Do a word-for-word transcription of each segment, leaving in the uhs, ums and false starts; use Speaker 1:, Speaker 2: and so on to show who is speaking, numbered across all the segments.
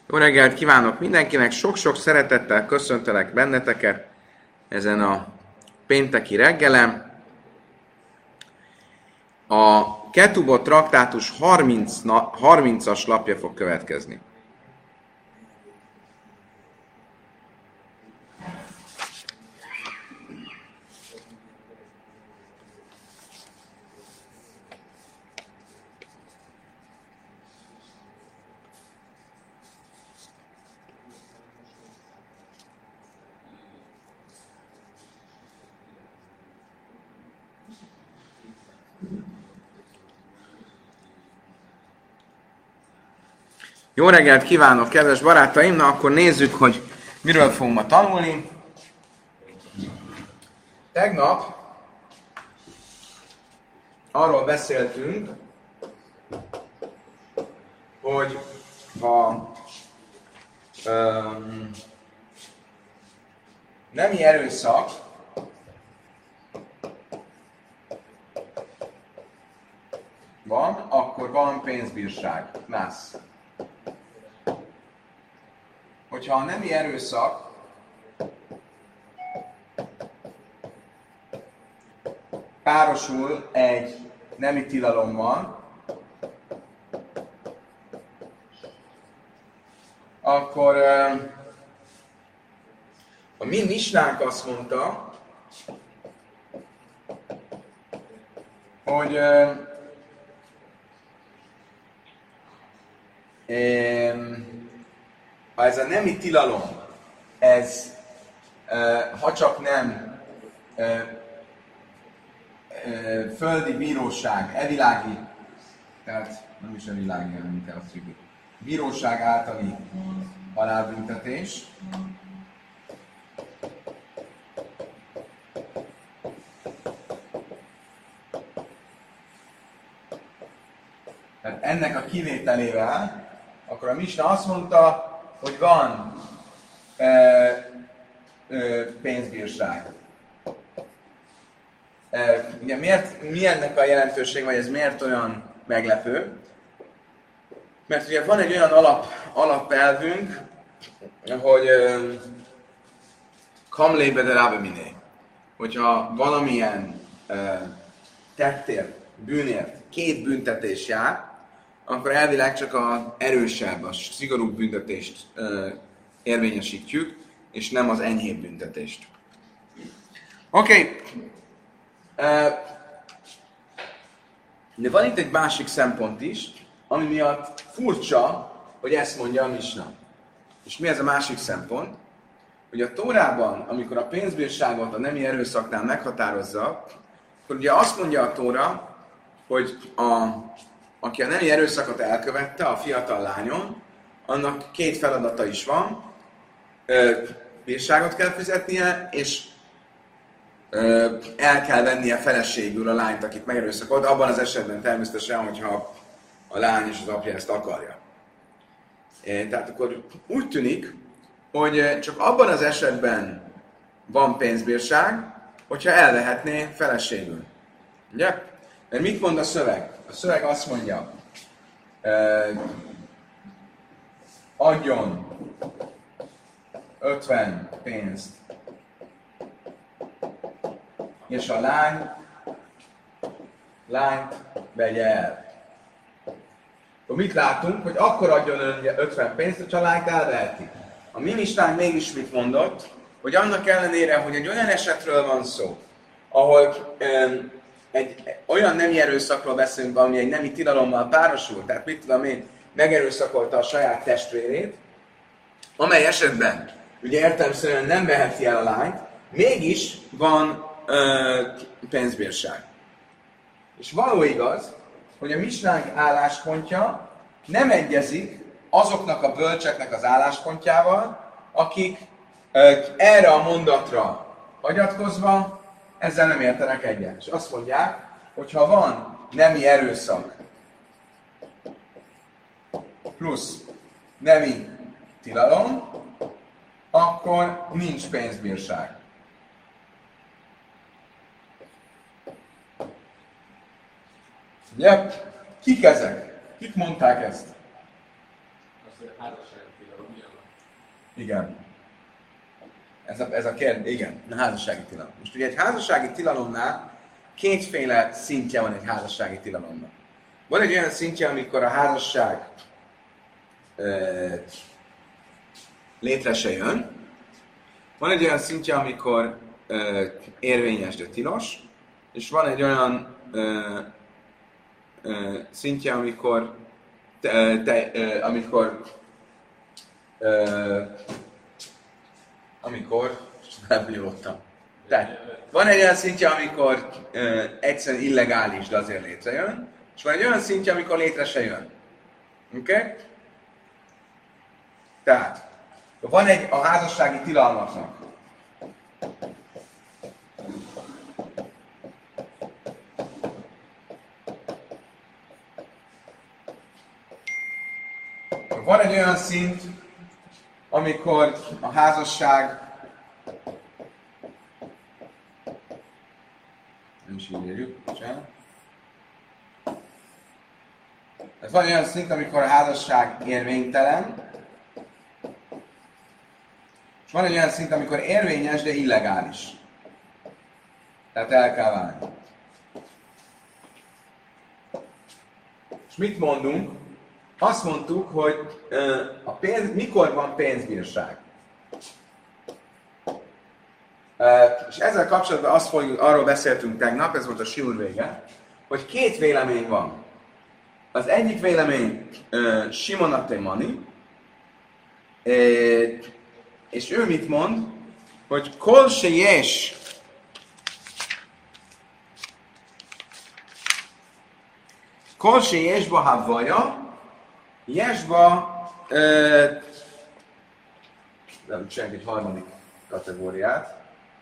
Speaker 1: Jó reggelt kívánok mindenkinek, sok-sok szeretettel köszöntelek benneteket ezen a pénteki reggelem. A Ketubot traktátus harminc na, harmincas lapja fog következni. Jó reggelt kívánok, kedves barátaim! Na, akkor nézzük, hogy miről fogunk ma tanulni. Tegnap arról beszéltünk, hogy ha um, nemi erőszak van, akkor van pénzbírság. Nász. Hogyha a nemi erőszak párosul egy nemi tilalommal, akkor a mi misnánk azt mondta, hogy ha ez a nemi tilalom, ez ha csak nem földi bíróság, evilági, tehát nem is evilági, hanem inkább a bíróság általi halálbüntetés, tehát ennek a kivételével, akkor a misna azt mondta, hogy van e, e, pénzbírság. E, ugye miért, mi ennek a jelentőség, vagy ez miért olyan meglepő? Mert ugye van egy olyan alap, alapelvünk, hogy kamlébe de rábeminé. Hogyha valamilyen e, tettért, bűnért két büntetés jár, akkor elvileg csak az erősebb, a szigorúbb büntetést ö, érvényesítjük, és nem az enyhébb büntetést. Oké. Okay. De van itt egy másik szempont is, ami miatt furcsa, hogy ezt mondja a misna. És mi ez a másik szempont? Hogy a Tórában, amikor a pénzbírságot a nemi erőszaknál meghatározza, akkor ugye azt mondja a Tóra, hogy a aki a nemi erőszakot elkövette, a fiatal lányon, annak két feladata is van. Ö, bírságot kell fizetnie, és ö, el kell vennie feleségül a lányt, akit megerőszakolt, abban az esetben természetesen, hogyha a lány és az apja ezt akarja. É, tehát akkor úgy tűnik, hogy csak abban az esetben van pénzbírság, hogyha elvehetné feleségül. Ugye? Mert mit mond a szöveg? A szöveg azt mondja, eh, adjon ötven pénzt, és a lány, lányt vegye el. Akkor mit látunk? Hogy akkor adjon ötven pénzt, hogy a lányt elveheti. A mi misnánk mégis mit mondott? Hogy annak ellenére, hogy egy olyan esetről van szó, ahol eh, egy olyan nemi erőszakról beszélünk, ami egy nemi tilalommal párosul, tehát mit tudom én, megerőszakolta a saját testvérét, amely esetben ugye értelemszerűen nem veheti el a lányt, mégis van ö, pénzbírság. És való igaz, hogy a misnánk álláspontja nem egyezik azoknak a bölcseknek az álláspontjával, akik ö, erre a mondatra hagyatkozva ezzel nem értenek egyet. És azt mondják, hogy ha van nemi erőszak plusz nemi tilalom, akkor nincs pénzbírság. Ugye? Kik ezek? Kik mondták ezt?
Speaker 2: Azt,
Speaker 1: Igen. Ez a, ez a kérdés, igen, a házassági tilalom. Most ugye egy házassági tilalomnál kétféle szintje van egy házassági tilalomnak. Van egy olyan szintje, amikor a házasság ö, létre se jön. Van egy olyan szintje, amikor ö, érvényes, de tilos. És van egy olyan ö, ö, szintje, amikor te, te, ö, amikor ö, amikor elbújoltam. Tehát van egy olyan szintje, amikor ö, egyszerűen illegális, de azért létrejön, és van egy olyan szintje, amikor létre se jön. Oké? Okay? Tehát van egy a házassági tilalmaknak. Van egy olyan szint, amikor a házasság nem is így írjuk, bocsánat. Ez van egy olyan szint, amikor a házasság érvénytelen, és van egy olyan szint, amikor érvényes, de illegális. Tehát el kell válni. És mit mondunk? Azt mondtuk, hogy uh, a pénz, mikor van pénzbírság. Uh, és ezzel kapcsolatban azt fogjuk, arról beszéltünk tegnap, ez volt a siúr vége, hogy két vélemény van. Az egyik vélemény uh, Simon Atemani, uh, és ő mit mond? Hogy kol se jes kol se jesba havvaja jesba nem csináljuk egy harmadik kategóriát.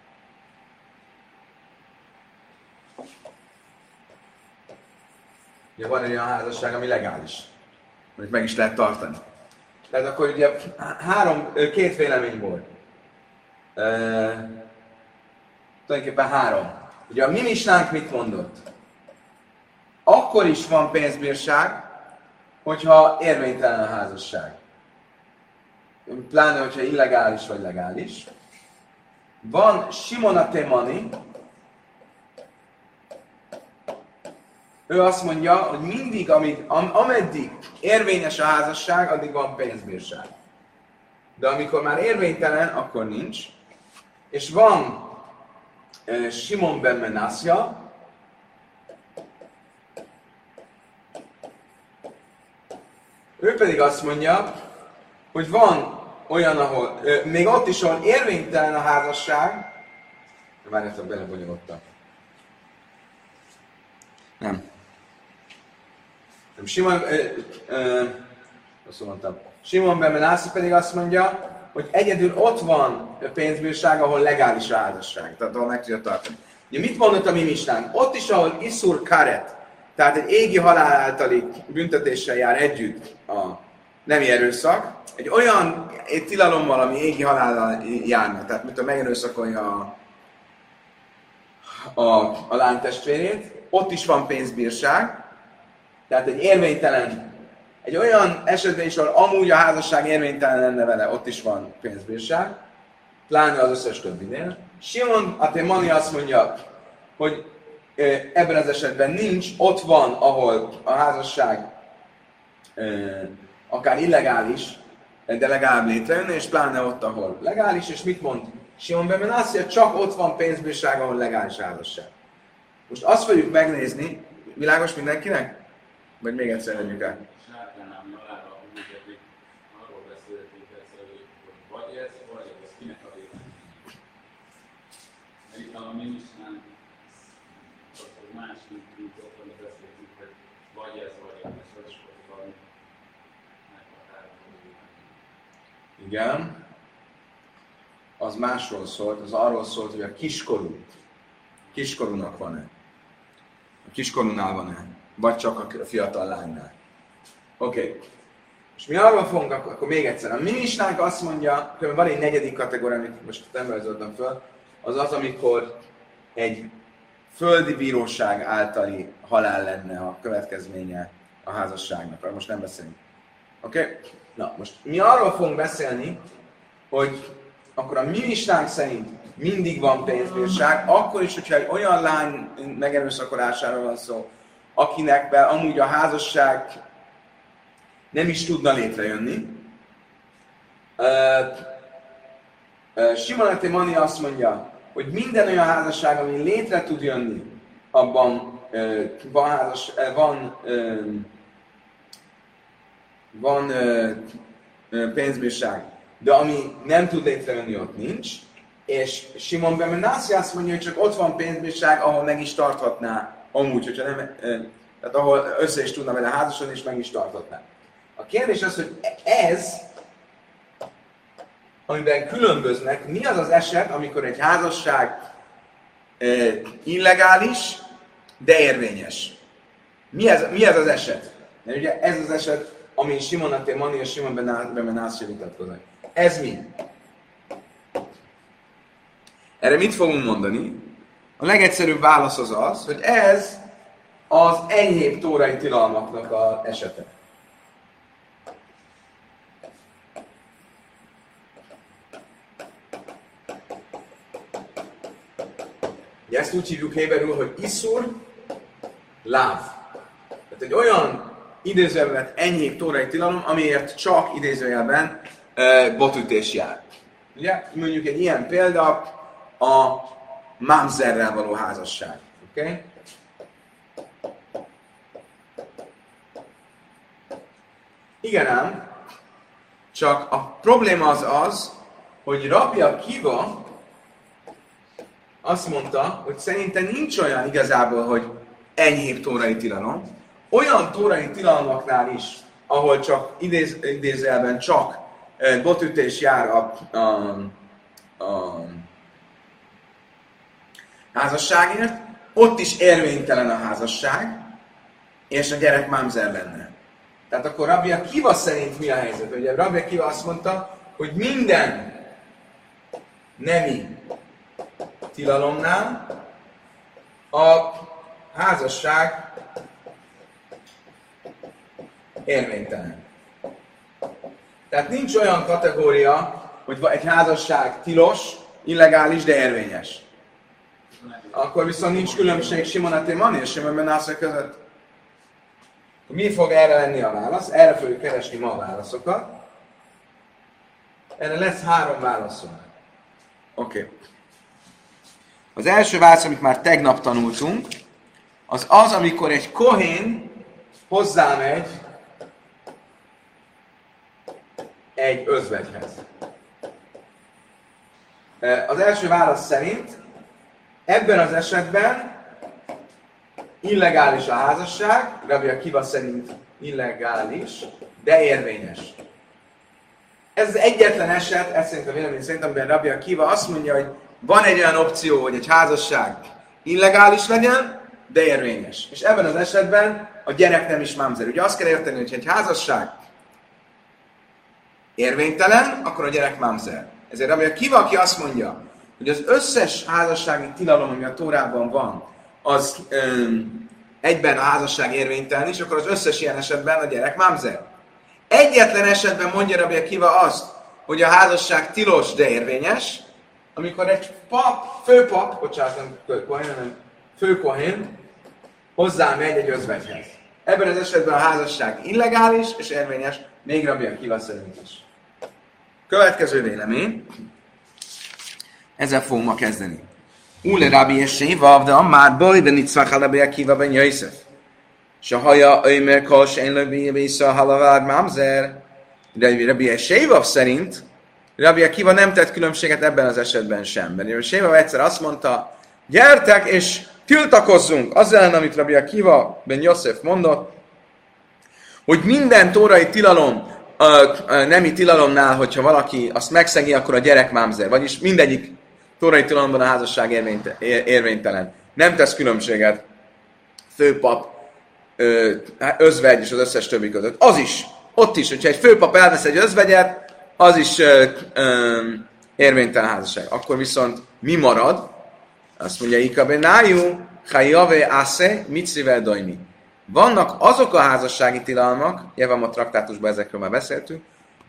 Speaker 1: Ugye van egy olyan házasság, ami legális, amit meg is lehet tartani. Tehát akkor ugye három, két vélemény volt. E, tulajdonképpen három. Ugye a mi misnánk mit mondott? Akkor is van pénzbírság, hogyha érvénytelen a házasság. Pláne, hogyha illegális vagy legális. Van Simon Atemani, ő azt mondja, hogy mindig, amíg, am, ameddig érvényes a házasság, addig van pénzbírság. De amikor már érvénytelen, akkor nincs. És van uh, Simon ben Menassia, ő pedig azt mondja, hogy van olyan, ahol, uh, még ott is, ahol érvénytelen a házasság, várjátok, belebonyolottam. Nem. Nem. Simon, ö, ö, azt mondtam. Simon ben Menassi pedig azt mondja, hogy egyedül ott van pénzbírság, ahol legális a házasság, tehát ahol meg tudja tartani. Ugye mit mondott a mi misnánk? Ott is, ahol iszur karet, tehát egy égi halál általi büntetéssel jár együtt a nemi erőszak, egy olyan egy tilalommal, ami égi halállal járna, tehát mint a megerőszakolja a, a, a lány testvérét, ott is van pénzbírság, tehát egy érvénytelen, egy olyan esetben is, ahol amúgy a házasság érvénytelen lenne vele, ott is van pénzbírság, pláne az összes többinél. Simon Atemani azt mondja, hogy ebben az esetben nincs, ott van, ahol a házasság akár illegális, de legalább létrejönne, és pláne ott, ahol legális, és mit mond Simon ben Menassi, csak ott van pénzbírság, ahol legális házasság. Most azt fogjuk megnézni, világos mindenkinek? Vagy még egyszer legyünk el?
Speaker 2: Sárkánám alára úgy érték, arról beszéltünk egyszer, hogy vagy ez, vagy ez, kinek a vélemény. Mert itt a minisnán, akkor más, mint mint ott, amit beszéltünk, hogy vagy ez, vagy ez, vagy ez, vagy meghatározó vélemény.
Speaker 1: Igen. Az másról szólt, az arról szólt, hogy a kiskorú, kiskorúnak van-e? A kiskorúnál van-e? Vagy csak a fiatal lánynál. Oké. Okay. És mi arról fogunk, akkor, akkor még egyszer. A mi misnánk azt mondja, hogy van egy negyedik kategória, amit most nem rajzoltam föl, az az, amikor egy földi bíróság általi halál lenne a következménye a házasságnak. Arra most nem beszélünk. Oké? Okay? Na, most mi arról fogunk beszélni, hogy akkor a mi misnánk szerint mindig van pénzbírság, akkor is, hogyha egy olyan lány megerőszakolásáról van szó, akinek be amúgy a házasság nem is tudna létrejönni. Simonati Mani azt mondja, hogy minden olyan házasság, ami létre tud jönni, abban van, házas, van, van pénzbírság, de ami nem tud létrejönni, ott nincs. És Simon ben Menassi azt mondja, hogy csak ott van pénzbírság, ahol meg is tarthatná amúgy, hogyha nem, tehát ahol össze is tudna vele házasodni, és meg is tarthatná. A kérdés az, hogy ez, amiben különböznek, mi az az eset, amikor egy házasság eh, illegális, de érvényes? Mi ez, mi ez az eset? Mert ugye ez az eset, ami Simon Até Mani és Simon ben Menassi vitatkoznak. Ez mi? Erre mit fogunk mondani? A legegyszerűbb válasz az az, hogy ez az enyhébb tórai tilalmaknak az esete. Ugye ezt úgy hívjuk héberül, hogy iszur láv. Tehát egy olyan idézőjelben enyhébb tórai tilalom, amiért csak idézőjelben e, botütés jár. Ugye? Mondjuk egy ilyen példa a mamzerrel való házasság. Okay? Igen ám, csak a probléma az az, hogy Rabbi Akiva azt mondta, hogy szerinte nincs olyan igazából, hogy enyhébb tórai tilalom. Olyan tórai tilalmaknál is, ahol csak idéz, idézőjelben csak e, botütés jár a, a, a házasságért, ott is érvénytelen a házasság, és a gyerek mamzer lenne. Tehát akkor Rabbi Akiva szerint mi a helyzet? Ugye Rabbi Akiva azt mondta, hogy minden nemi tilalomnál a házasság érvénytelen. Tehát nincs olyan kategória, hogy egy házasság tilos, illegális, de érvényes. Akkor viszont nincs különbség Simon Até Mani és Simon ben Menassi között. Mi fog erre lenni a válasz? Erre fogjuk keresni ma a válaszokat. Erre lesz három válaszunk. Oké. Okay. Az első válasz, amit már tegnap tanultunk, az az, amikor egy kohén hozzámegy egy özvegyhez. Az első válasz szerint ebben az esetben illegális a házasság, Rabbi Akiva szerint illegális, de érvényes. Ez az egyetlen eset, ez szerint a vélemény szerint, amiben Rabbi Akiva azt mondja, hogy van egy olyan opció, hogy egy házasság illegális legyen, de érvényes. És ebben az esetben a gyerek nem is mamzer. Ugye azt kell érteni, hogy egy házasság érvénytelen, akkor a gyerek mamzer. Ezért Rabbi Akiva, aki azt mondja, hogy az összes házassági tilalom, ami a Tórában van, az öm, egyben a házasság érvénytelen is, akkor az összes ilyen esetben a gyerek mamzer. Egyetlen esetben mondja Rabbi Akiva azt, hogy a házasság tilos, de érvényes, amikor egy pap, főpap, bocsánat, nem főkohén, hanem főkohén hozzá megy egy özvegyhez. Ebben az esetben a házasság illegális és érvényes, még Rabbi Akiva szerint is. Következő vélemény. Ezzel fogunk ma kezdeni. Ule Rabbi Yeshiva, de amár baj, de nincs szvach Rabbi Akiva ben Yosef. Se haja öjmer kos, én löbbi vissza halavád mamzer. Rabbi Yeshiva szerint Rabbi Akiva nem tett különbséget ebben az esetben sem. Mert Rabbi Yeshiva egyszer azt mondta, gyertek és tiltakozzunk az ellen, amit Rabbi Akiva ben Yosef mondott, hogy minden tórai tilalom, a, a nemi tilalomnál, hogyha valaki azt megszegi, akkor a gyerek mamzer. Vagyis mindegyik tórai tilalomban a házasság érvénytelen. Nem tesz különbséget főpap, özvegy és az összes többi között. Az is, ott is, hogyha egy főpap elvesz egy özvegyet, az is ö, ö, érvénytelen házasság. Akkor viszont mi marad? Azt mondja, Ikabe nájú, hajjave ásze, mitzrivel dojmi. Vannak azok a házassági tilalmak, nyilván a traktátusban ezekről már beszéltünk,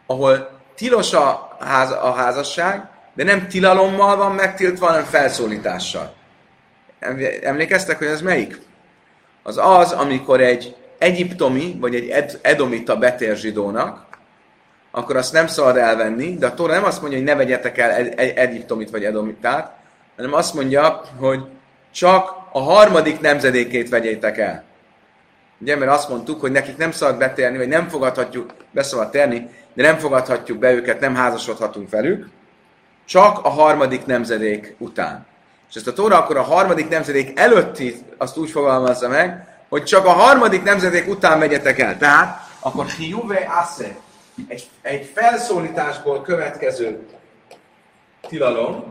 Speaker 1: ahol tilos a, ház, a házasság, de nem tilalommal van megtiltva, hanem felszólítással. Emlékeztek, hogy ez melyik? Az az, amikor egy egyiptomi, vagy egy ed- edomita betér zsidónak, akkor azt nem szabad elvenni, de a Tóra nem azt mondja, hogy ne vegyetek el ed- ed- egyiptomit vagy edomitát, hanem azt mondja, hogy csak a harmadik nemzedékét vegyétek el. Ugye, mert azt mondtuk, hogy nekik nem szabad betérni, vagy nem fogadhatjuk, be szabad térni, de nem fogadhatjuk be őket, nem házasodhatunk velük, csak a harmadik nemzedék után. És ezt a Tóra akkor a harmadik nemzedék előtti azt úgy fogalmazza meg, hogy csak a harmadik nemzedék után vegyetek el. Tehát akkor hiuve asse, egy, egy felszólításból következő tilalom,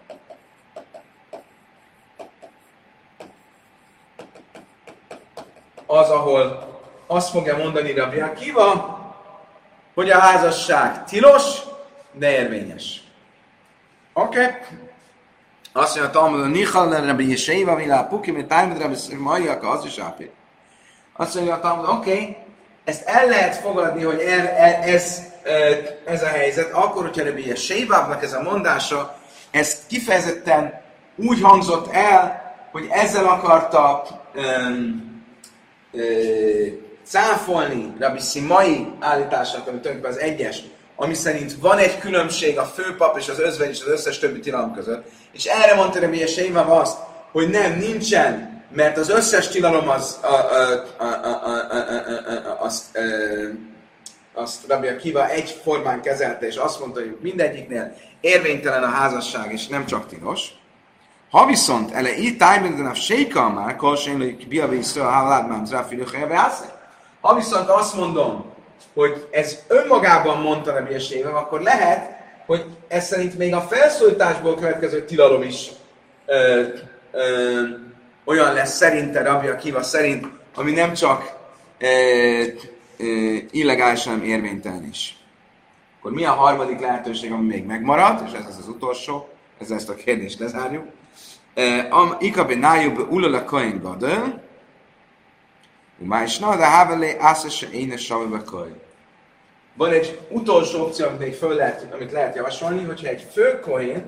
Speaker 1: az, ahol azt fogja mondani Rabbi Akiva, hogy a házasság tilos, de érvényes. Oké? Okay. Azt mondja, hogy Talmudon Nichal, Rabbi Yeshua, Vilá, Puki, mint Tájmud, Rabbi Majjaka, az is ápér. Azt mondja a Talmudon, oké, okay, ezt el lehet fogadni, hogy ez, ez, ez a helyzet, akkor, hogyha Rabbi Yeshua-nak ez a mondása, ezt kifejezetten úgy hangzott el, hogy ezzel akarta um, cáfolni Rabbi Szimai állításnak, ami tulajdonképpen az egyes, ami szerint van egy különbség a főpap és az özvegy és az összes többi tilalom között. És erre mondta Rabbi Yeshua azt, hogy nem, nincsen, mert az összes tilalom az, a, a, a, a, a, a, a, azt, a, azt Rabbi Akiva egyformán kezelte, és azt mondta, hogy mindegyiknél érvénytelen a házasság, és nem csak tilos. Ha viszont ele így tájban a séka már, kolsén, biavészről a háládmám, zráfilőhelybe ha viszont azt mondom, hogy ez önmagában mondta Rabbi Yeshua, akkor lehet, hogy ez szerint még a felszólításból következő tilalom is ö, ö, olyan lesz szerinte Rabbi Akiva szerint, ami nem csak ö, ö, illegális, hanem érvénytelen is. Akkor mi a harmadik lehetőség, ami még megmarad, és ez az az utolsó, ezzel ezt a kérdést lezárjuk. Ikabe nájúbe ulala kain gadol, umáisna, de hávelé ászese énes savebe kain. Van egy utolsó opció, amit még föl lehet, amit lehet javasolni, hogyha egy főkohén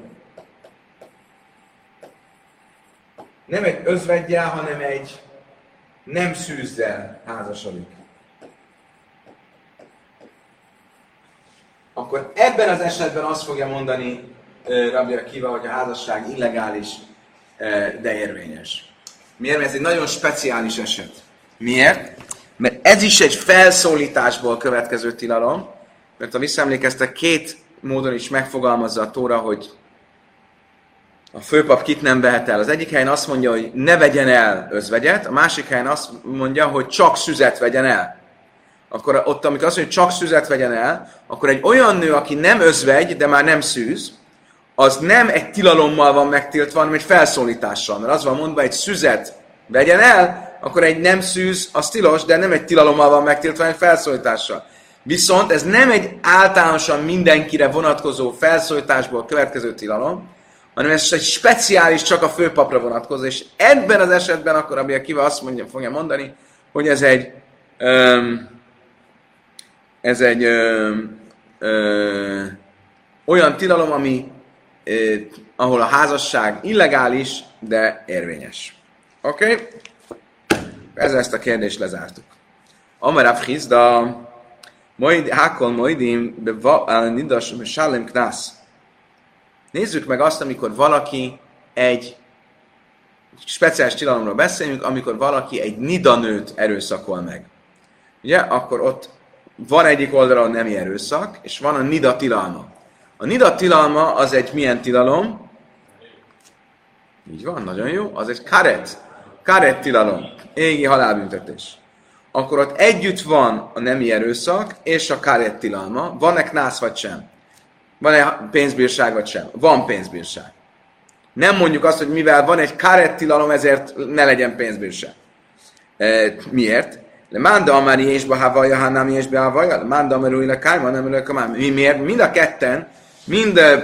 Speaker 1: nem egy özveggyel, hanem egy nem szűzzel házasodik. Akkor ebben az esetben azt fogja mondani uh, Rabbi Akiva, hogy a házasság illegális, uh, de érvényes. Miért? Mert ez egy nagyon speciális eset. Miért? Mert ez is egy felszólításból következő tilalom, mert ha visszaemlékeztek, két módon is megfogalmazza a Tóra, hogy a főpap kit nem vehet el. Az egyik helyen azt mondja, hogy ne vegyen el özvegyet, a másik helyen azt mondja, hogy csak szüzet vegyen el. Akkor ott, amikor azt mondja, hogy csak szüzet vegyen el, akkor egy olyan nő, aki nem özvegy, de már nem szűz, az nem egy tilalommal van megtiltva, hanem egy felszólítással. Mert az van mondva, egy szüzet vegyen el, akkor egy nem szűz, az tilos, de nem egy tilalommal van megtiltva, hanem egy felszólítással. Viszont ez nem egy általánosan mindenkire vonatkozó felszólításból következő tilalom, hanem ez egy speciális, csak a főpapra vonatkozó, és ebben az esetben akkor Rabbi Akiva azt mondja, fogja mondani, hogy ez egy öm, ez egy öm, öm, olyan tilalom, ami ö, ahol a házasság illegális, de érvényes. Oké? Okay? Ezzel ezt a kérdést lezártuk. Amarav Chizda, Hákol Moidim, Nidas, Sálem Knász. Nézzük meg azt, amikor valaki egy speciális tilalomról beszélünk, amikor valaki egy nidanőt erőszakol meg. Ugye? Akkor ott van egyik oldalon nemi erőszak, és van a nida tilalma. A nida tilalma az egy milyen tilalom? Így van, nagyon jó. Az egy karet. Karet tilalom. Égi halálbüntetés. Akkor ott együtt van a nemi erőszak és a karet tilalma. Van-e knász vagy sem? Van-e pénzbírság vagy sem? Van pénzbírság. Nem mondjuk azt, hogy mivel van egy karet tilalom, ezért ne legyen pénzbírság. E, miért? Le manda amari ésbe havaja, ha nem ésbe havaja. Le manda amari újra kájma, nem ülök a mám. Miért? Mind a ketten, mind e,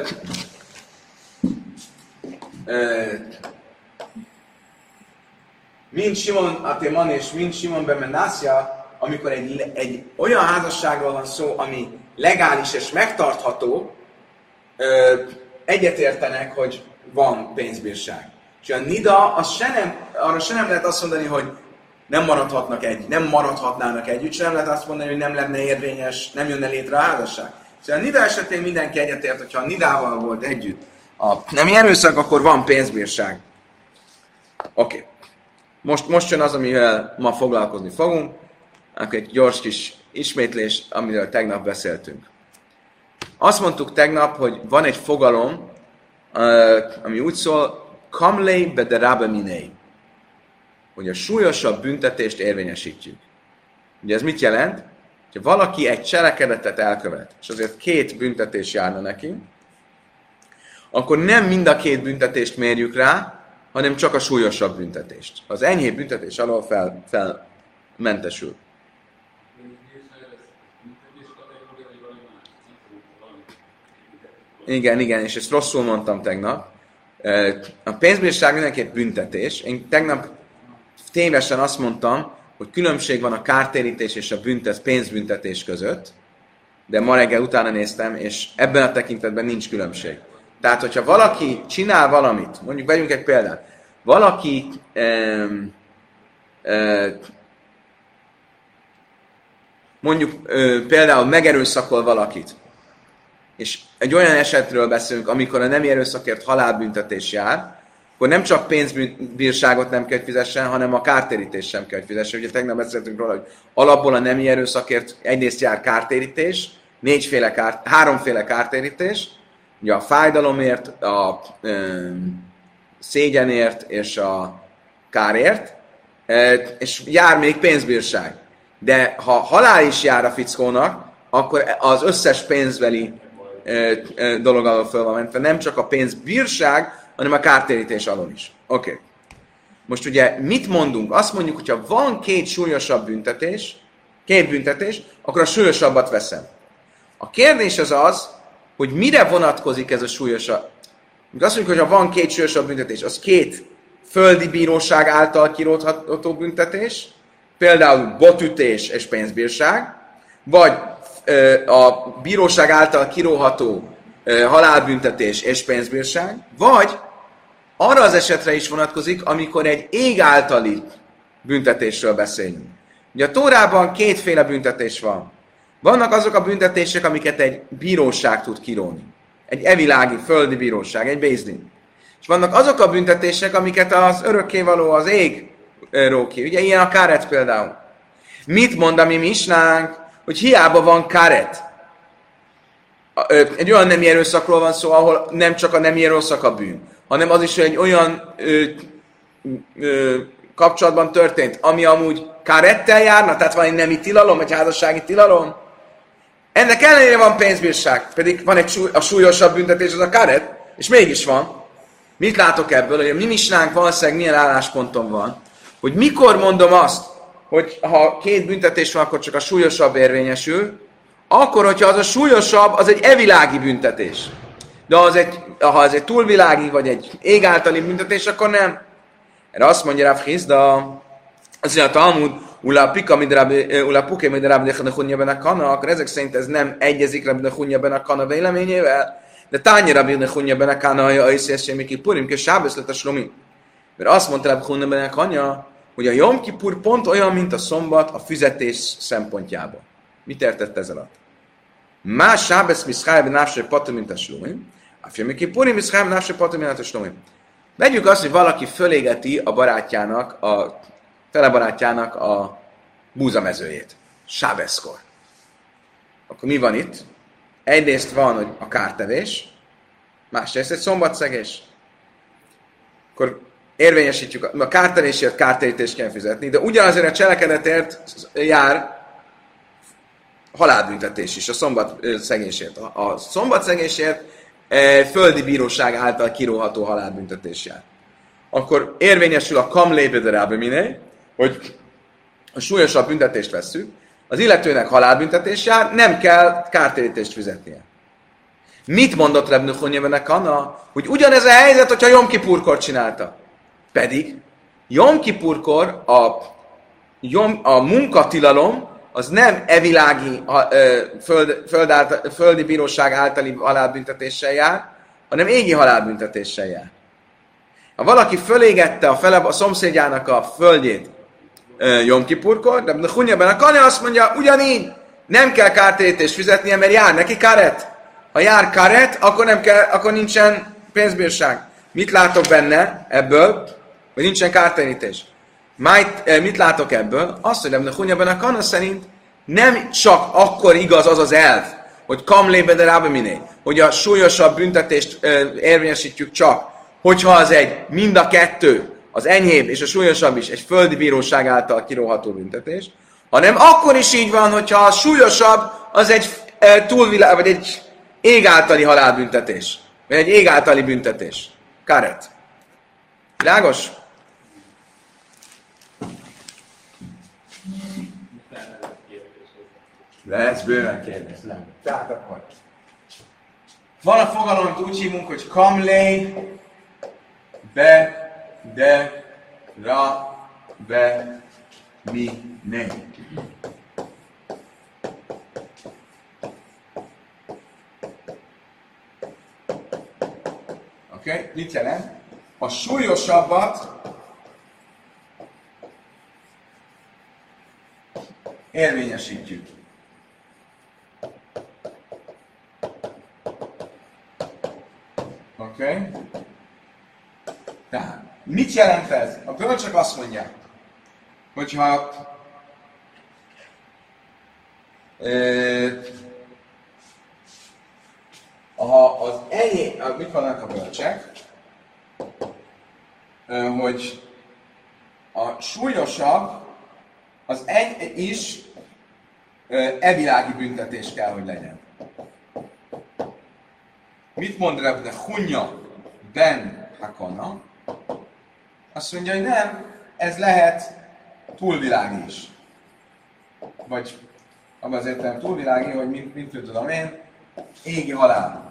Speaker 1: mind Simon Atéman és mind Simon ben Menászja, amikor egy, egy olyan házasságról van szó, ami legális és megtartható, ö, egyetértenek, hogy van pénzbírság. És a nida, az se nem, arra se nem lehet azt mondani, hogy nem maradhatnak egy, nem maradhatnának együtt, sem lehet azt mondani, hogy nem lenne érvényes, nem jönne létre a házasság. Szóval a nida esetén mindenki egyetért, hogyha a nidával volt együtt a nemi erőszak, akkor van pénzbírság. Oké. Okay. Most, most jön az, amivel ma foglalkozni fogunk. Akkor egy gyors kis ismétlés, amiről tegnap beszéltünk. Azt mondtuk tegnap, hogy van egy fogalom, ami úgy szól, kamlei bederabe minei, hogy a súlyosabb büntetést érvényesítjük. Ugye ez mit jelent? Ha valaki egy cselekedetet elkövet, és azért két büntetés járna neki, akkor nem mind a két büntetést mérjük rá, hanem csak a súlyosabb büntetést. Az enyhébb büntetés alól fel, felmentesül. Igen, igen, és ezt rosszul mondtam tegnap. A pénzbírság mindenképp büntetés. Én tegnap tévesen azt mondtam, hogy különbség van a kártérítés és a büntet, pénzbüntetés között, de ma reggel utána néztem, és ebben a tekintetben nincs különbség. Tehát, hogyha valaki csinál valamit, mondjuk vegyünk egy példát, valaki um, uh, mondjuk uh, például megerőszakol valakit, és egy olyan esetről beszélünk, amikor a nemi erőszakért halálbüntetés jár, akkor nem csak pénzbírságot nem kell, hogy fizessen, hanem a kártérítés sem kell, hogy fizessen. Ugye tegnap beszéltünk róla, hogy alapból a nemi erőszakért egyrészt jár kártérítés, négyféle kár, háromféle kártérítés, ugye a fájdalomért, a ö, szégyenért és a kárért, e, és jár még pénzbírság. De ha halál is jár a fickónak, akkor az összes pénzbeli ö, ö, dolog alól föl van mentve, nem csak a pénzbírság, hanem a kártérítés alól is. Oké. Okay. Most ugye mit mondunk? Azt mondjuk, hogyha van két súlyosabb büntetés, két büntetés, akkor a súlyosabbat veszem. A kérdés az az, hogy mire vonatkozik ez a súlyosabb. Azt mondjuk, hogy ha van két súlyosabb büntetés, az két földi bíróság által kirótható büntetés, például botütés és pénzbírság, vagy ö, a bíróság által kiróható ö, halálbüntetés és pénzbírság, vagy arra az esetre is vonatkozik, amikor egy ég általi büntetésről beszélünk. Ugye a Tórában kétféle büntetés van. Vannak azok a büntetések, amiket egy bíróság tud kiróni. Egy evilági, földi bíróság, egy bézdin. És vannak azok a büntetések, amiket az örökkévaló, az ég ró ki. Ugye ilyen a káret például. Mit mond a mi misnánk, hogy hiába van káret? Egy olyan nemi erőszakról van szó, ahol nem csak a nemi erőszak a bűn, hanem az is, hogy egy olyan ö, ö, kapcsolatban történt, ami amúgy kárettel járna, tehát van egy nemi tilalom, egy házassági tilalom. Ennek ellenére van pénzbírság, pedig van egy súly, a súlyosabb büntetés, az a káret, és mégis van. Mit látok ebből, hogy a mi misnánk valószínűleg milyen állásponton van, hogy mikor mondom azt, hogy ha két büntetés van, akkor csak a súlyosabb érvényesül, akkor, hogyha az a súlyosabb, az egy evilági büntetés. De az egy, ha ez egy túlvilági, vagy egy ég általi büntetés, akkor nem. Erre azt mondja Rav Hizda, azt mondja a Talmud, Ula puke mit Rabbi Nechunja ben a kana, akkor ezek szerint ez nem egyezik Rabbi Nechunja ben a kana véleményével, de tányi Rabbi Nechunja ben a kana, hogy a iszészé mi kipurim, és sábesz lett a slomi. Mert azt mondta Rabbi Nechunja ben a kana, hogy a Jom Kipur pont olyan, mint a szombat a fizetés szempontjából. Mit értett ez alatt? Más sábesz miszkáj ben návsé patu, mint a slomi, a Jom Kipurim miszkáj ben návsé patu, mint a slomi. Vegyük azt, hogy valaki fölégeti a barátjának, a fele barátjának a búzamezőjét. Sábeszkor. Akkor mi van itt? Egyrészt van, hogy a kártevés, másrészt egy szombatszegés. Akkor érvényesítjük, a kártevésért kártérítést kell fizetni, de ugyanazért a cselekedetért jár halálbüntetés is, a szombatszegésért. A szombatszegésért földi bíróság által kiróható halálbüntetés jár. Akkor érvényesül a kamlébe de rábe miné, hogy a súlyosabb büntetést vesszük, az illetőnek halálbüntetés jár, nem kell kártérítést fizetnie. Mit mondott Reb Nechunja ben a kana? Hogy ugyanez a helyzet, hogyha Jom Kipurkor csinálta. Pedig Jom Kipurkor a, Jom, a munkatilalom az nem evilági föld, föld által, földi bíróság általi halálbüntetéssel jár, hanem égi halálbüntetéssel jár. Ha valaki fölégette a, fele, a szomszédjának a földjét Jom Kipurkor, de Hunyában a Kana azt mondja, ugyanígy nem kell kártérítést fizetnie, mert jár neki karet. Ha jár karet, akkor, nem kell, akkor nincsen pénzbírság. Mit látok benne ebből? Vagy nincsen kártérítés. Májt, mit látok ebből? Azt, hogy a Hunyában a Kana szerint nem csak akkor igaz az az elv, hogy kamlébe de rábeminé, hogy a súlyosabb büntetést érvényesítjük csak, hogyha az egy mind a kettő, az enyhébb és a súlyosabb is egy földi bíróság által kiróható büntetés, hanem akkor is így van, hogyha a súlyosabb az egy e, túlvilág, vagy egy ég általi halálbüntetés, vagy egy ég általi büntetés. Karet. Világos? Lesz bőven kérdés, nem. Tehát akkor. Van a fogalom, amit úgy hívunk, hogy kamlé, be, de, ra, be, mi, ne. Oké, okay. Mit jelent? A súlyosabbat érvényesítjük. Oké? Okay. Tehát, mit jelent ez? A bölcsök azt mondják, hogyha ö, ha az enyém, mit vannak a bölcsek, ö, hogy a súlyosabb az egy is ö, evilági büntetés kell, hogy legyen. Mit mond Rebbe Hunya ben Hakana? Azt mondja, hogy nem, ez lehet túlvilági is. Vagy abban az értelem túlvilági, hogy mint, mint tudom én, égi halál.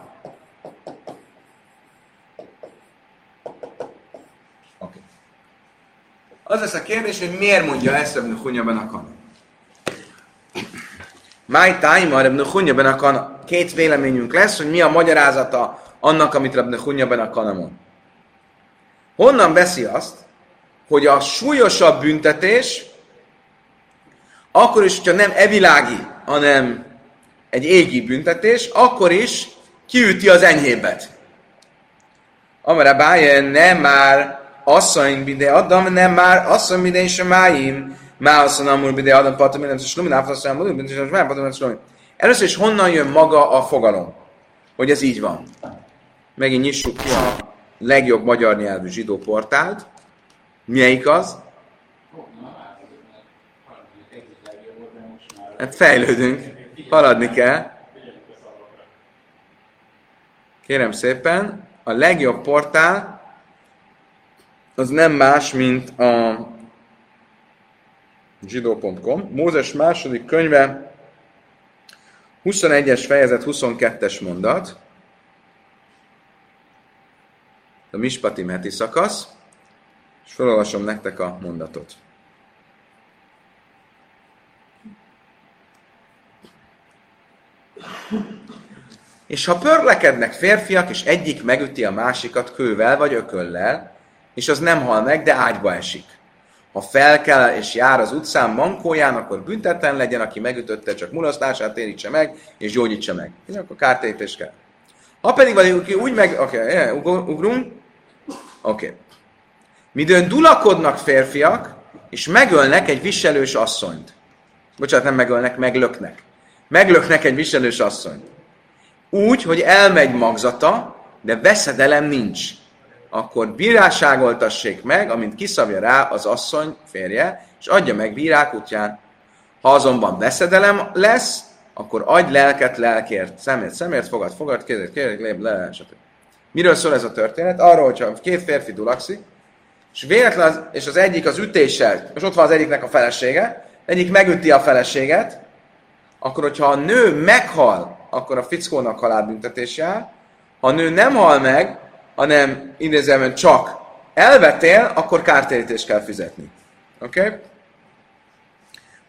Speaker 1: Okay. Az lesz a kérdés, hogy miért mondja ezt Rebbe Hunya ben Hakana? Máj tájma Rebbe Hunya ben Hakana. Két véleményünk lesz, hogy mi a magyarázata annak, amit Rebbe Hunya ben Hakana mond. Honnan veszi azt, hogy a súlyosabb büntetés, akkor is, hogyha nem evilági, hanem egy égi büntetés, akkor is kiüti az enyhébbet. Amara báje, nem már asszony bide adam, nem már asszony bide is a máim, már asszony amúr bide adam, patam, nem szó slumin, áfasszony amúr bide is a máim, patam, nem slumin. Először is honnan jön maga a fogalom, hogy ez így van. Megint nyissuk ki a legjobb magyar nyelvű zsidó portált. Melyik az? Hát fejlődünk, haladni kell. Kérem szépen, a legjobb portál az nem más, mint a zsidó pont com. Mózes második könyve, huszonegyes fejezet, huszonkettes mondat. A Mispatim heti szakasz, és felolvasom nektek a mondatot. És ha pörlekednek férfiak, és egyik megüti a másikat kővel vagy ököllel, és az nem hal meg, de ágyba esik. Ha felkel és jár az utcán mankóján, akkor büntetlen legyen, aki megütötte, csak mulasztását térítse meg, és gyógyítsa meg. És akkor kártérítés kell. Ha pedig valaki úgy meg... Oké, okay, ugrunk. Oké. Okay. Midőn dulakodnak férfiak, és megölnek egy viselős asszonyt. Bocsánat, nem megölnek, meglöknek. Meglöknek egy viselős asszonyt. Úgy, hogy elmegy magzata, de veszedelem nincs. Akkor bírásságoltassék meg, amint kiszabja rá az asszony férje, és adja meg bírák útján. Ha azonban veszedelem lesz, akkor adj lelket lelkért, szemért szemért, fogad fogad, kezét kezét, léb le, stb. Miről szól ez a történet? Arról, hogyha két férfi dulakszik, és véletlen az, és az egyik az ütéssel, és ott van az egyiknek a felesége, egyik megüti a feleséget, akkor, hogyha a nő meghal, akkor a fickónak halálbüntetés jár. Ha a nő nem hal meg, hanem idézőjelben csak elvetél, akkor kártérítést kell fizetni. Oké? Okay?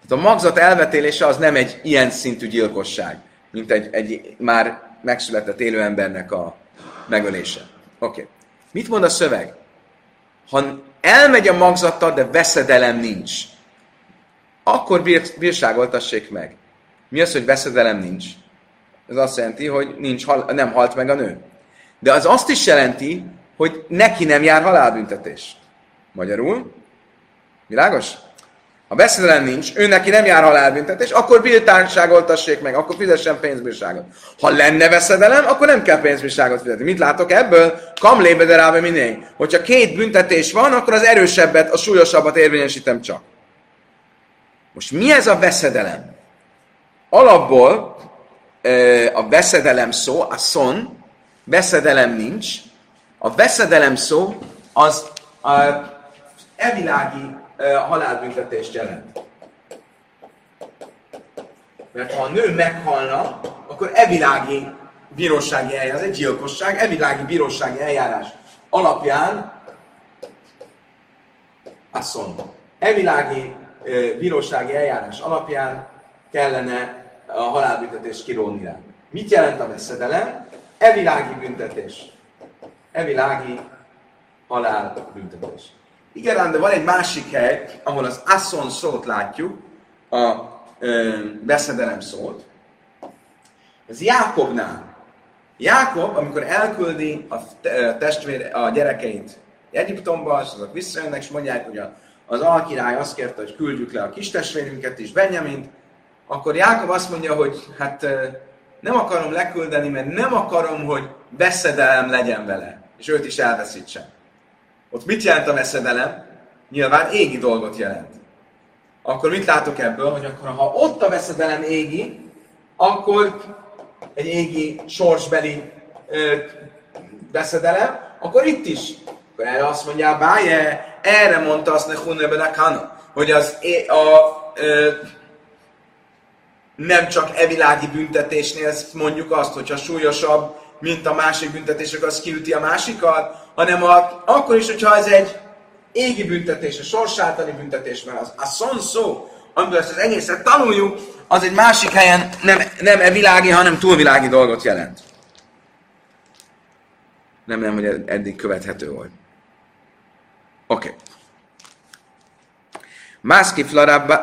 Speaker 1: A magzat elvetélése az nem egy ilyen szintű gyilkosság, mint egy, egy már megszületett élő embernek a megölése. Oké. Okay. Mit mond a szöveg? Ha elmegy a magzattal, de veszedelem nincs, akkor bír, bírságoltassék meg. Mi az, hogy veszedelem nincs? Ez azt jelenti, hogy nincs, nem halt meg a nő. De az azt is jelenti, hogy neki nem jár halálbüntetés. Magyarul? Világos? Ha veszedelem nincs, ő neki nem jár halálbüntetés, akkor bírságoltassék meg, akkor fizessen pénzbírságot. Ha lenne veszedelem, akkor nem kell pénzbírságot fizetni. Mit látok ebből? Kamlébe de rábe minél. Hogyha két büntetés van, akkor az erősebbet, a súlyosabbat érvényesítem csak. Most mi ez a veszedelem? Alapból a veszedelem szó, a szon, veszedelem nincs. A veszedelem szó az a evilági halálbüntetést jelent. Mert ha a nő meghalna, akkor evilági bírósági eljárás, ez egy gyilkosság, evilági bírósági eljárás alapján asszony. Evilági bírósági eljárás alapján kellene a halálbüntetést kiróni rá. Mit jelent a veszedelem? Evilági büntetés. Evilági halálbüntetés. Igen, de van egy másik hely, ahol az asszon szót látjuk, a ö, veszedelem szót. Ez Jákobnál. Jákob, amikor elküldi a testvér, a gyerekeit Egyiptomba, és azok visszajönnek, és mondják, hogy az alkirály azt kérte, hogy küldjük le a kis testvérünket és Benjamint, akkor Jákob azt mondja, hogy hát nem akarom leküldeni, mert nem akarom, hogy veszedelem legyen vele, és őt is elveszítsem. Ott mit jelent a veszedelem? Nyilván égi dolgot jelent. Akkor mit látok ebből? Hogy akkor, ha ott a veszedelem égi, akkor egy égi sorsbeli ö, veszedelem, akkor itt is. Akkor erre azt mondja, báje, erre mondta azt Nehuneben a Kana, hogy az a, ö, nem csak evilági büntetésnél mondjuk azt, hogyha súlyosabb, mint a másik büntetések, az kiüti a másikat, hanem a, akkor is, hogyha ez egy égi büntetés, a sorsáltani büntetés, mert az a szon szó, amiből ezt az egészet tanuljuk, az egy másik helyen nem, nem evilági, hanem túlvilági dolgot jelent. Nem, nem, hogy eddig követhető volt. Oké. Okay. Mászkif larab...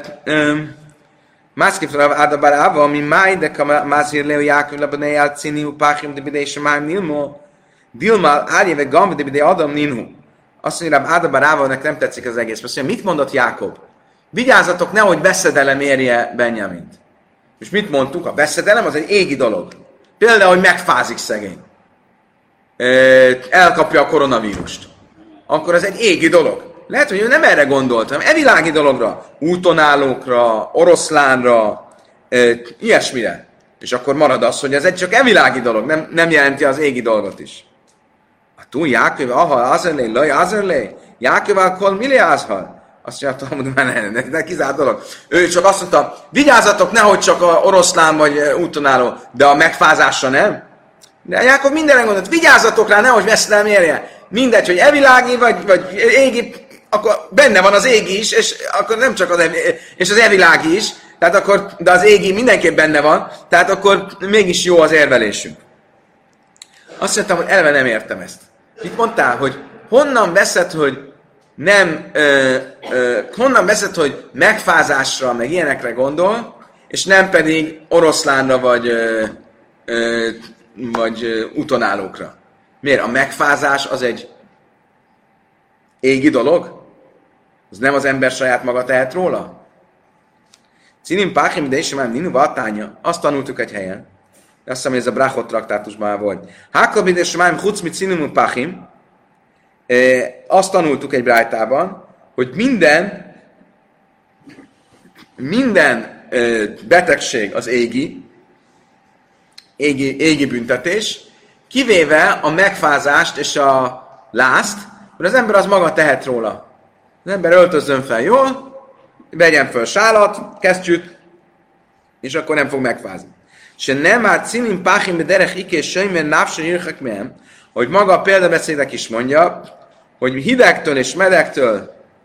Speaker 1: Mászkif larab adabaráva, ami máj, de mászír leo jákül lebenei átszíni, upáhim, de bidei semáim nilmo, dilmál árjéve gamba, de bidei adam ninhu. Azt mondja, hogy Ádabaráva, nek nem tetszik az egész. Azt mondja, mit mondott Jákob? Vigyázzatok, nehogy veszedelem érje Benjamint. És mit mondtuk? A veszedelem az egy égi dolog. Például, hogy megfázik szegény. Elkapja a koronavírust. Akkor ez egy égi dolog. Lehet, hogy ő nem erre gondolt, hanem evilági dologra. Útonállókra, oroszlánra, ilyesmire. És akkor marad az, hogy ez egy csak evilági dolog, nem, nem jelenti az égi dolgot is. Tú, Jákov, aha, azerlé, laj, azerlé, Jákov, kol mili ázhal. Azt mondja, hogy már ne, ne, ne kizárt dolog. Ő csak azt mondta, vigyázzatok, nehogy csak a oroszlán vagy útonálló, de a megfázásra nem. De Jákov mindenre gondolt, vigyázzatok rá, nehogy veszedelem érje. Mindegy, hogy evilági vagy, vagy égi, akkor benne van az égi is, és akkor nem csak az, ev, és az evilági is, tehát akkor, de az égi mindenképp benne van, tehát akkor mégis jó az érvelésünk. Azt mondtam, hogy eleve nem értem ezt. Mit mondtál, hogy honnan veszed, hogy nem, ö, ö, honnan veszed, hogy megfázásra, meg ilyenekre gondol, és nem pedig oroszlánra, vagy, ö, ö, vagy ö, utonállókra. Miért? A megfázás az egy égi dolog? Az nem az ember saját maga tehet róla? Cinim páchim, de is már ninu vatánya. Azt tanultuk egy helyen. Azt hiszem, hogy ez a Brachot traktátusban volt. Hákabid és Máim Chuc mit Cinimum Pachim. Azt tanultuk egy brájtában, hogy minden minden betegség az égi, égi, égi büntetés, kivéve a megfázást és a lázt, hogy az ember az maga tehet róla. Az ember öltözzön fel jól, vegyen föl sálat, kesztyűt, és akkor nem fog megfázni. Se nem át cinim páchim de derech ikés söjmer návse írhek mehem, hogy maga a példabeszédek is mondja, hogy hidegtől és melegtől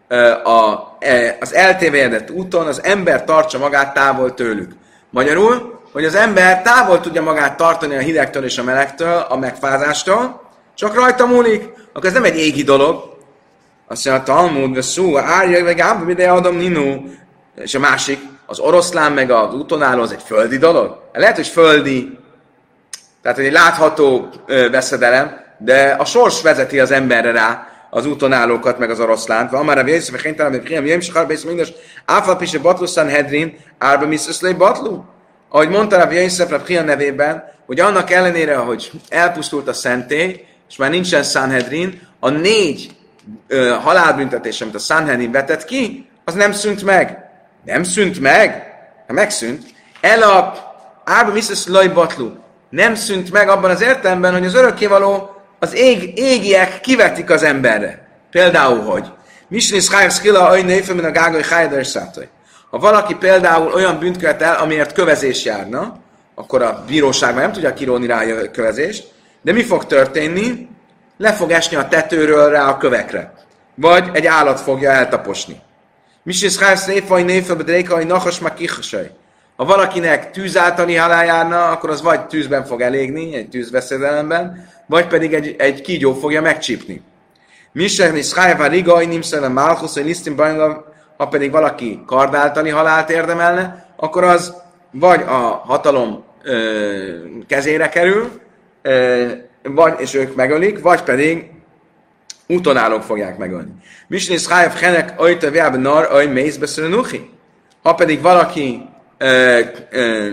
Speaker 1: a, az eltévejedett úton az ember tartsa magát távol tőlük. Magyarul, hogy az ember távol tudja magát tartani a hidegtől és a melegtől, a megfázástól, csak rajta múlik, akkor ez nem egy égi dolog. Azt mondja, a Talmud, de szó, árja, meg ább, ide adom ninu. És a másik, az oroszlán meg az úton álló, az egy földi dolog. Lehet, hogy földi, tehát egy látható ö, veszedelem, de a sors vezeti az emberre rá az úton állókat, meg az oroszlánt. Van már a vészre, vagy kénytelen, hogy priam, jöjjön, és akar bész mindes, áfal pise batluszán hedrin, árba miszöszlői batlu. Ahogy mondta a Jöjjön, a priam nevében, hogy annak ellenére, hogy elpusztult a szentély, és már nincsen Sanhedrin, a négy ö, halálbüntetés, amit a Sanhedrin vetett ki, az nem szűnt meg. Nem szűnt meg? Ha megszűnt. El a árba miszöszlői batlu. Nem szűnt meg abban az értelemben, hogy az örökkévaló az ég, égiek kivetik az emberre. Például, hogy Misnis Chayev Szkila, Aj Nőfe, mint a Gágai Chájda és Szátoly. Ha valaki például olyan bűnt követ el, amiért kövezés járna, akkor a bíróság már nem tudja kiróni rá a kövezést, de mi fog történni? Le fog esni a tetőről rá a kövekre. Vagy egy állat fogja eltaposni. Misnis Chayev Szkila, Aj Nőfe, Bedréka, Aj Nachos, Má Kichasaj. Ha valakinek tűz általi halál járna, akkor az vagy tűzben fog elégni, egy tűzveszedelemben, vagy pedig egy, egy kígyó fogja megcsípni. Misehni szkájvá rigaj, nimszele málchusz, hogy lisztin bajnlav, ha pedig valaki kard általi halált érdemelne, akkor az vagy a hatalom ö, kezére kerül, ö, vagy, és ők megölik, vagy pedig útonállók fogják megölni. Misehni szkájv henek ajta viában nar, aj mészbeszélnuchi. Ha pedig valaki Ö, ö,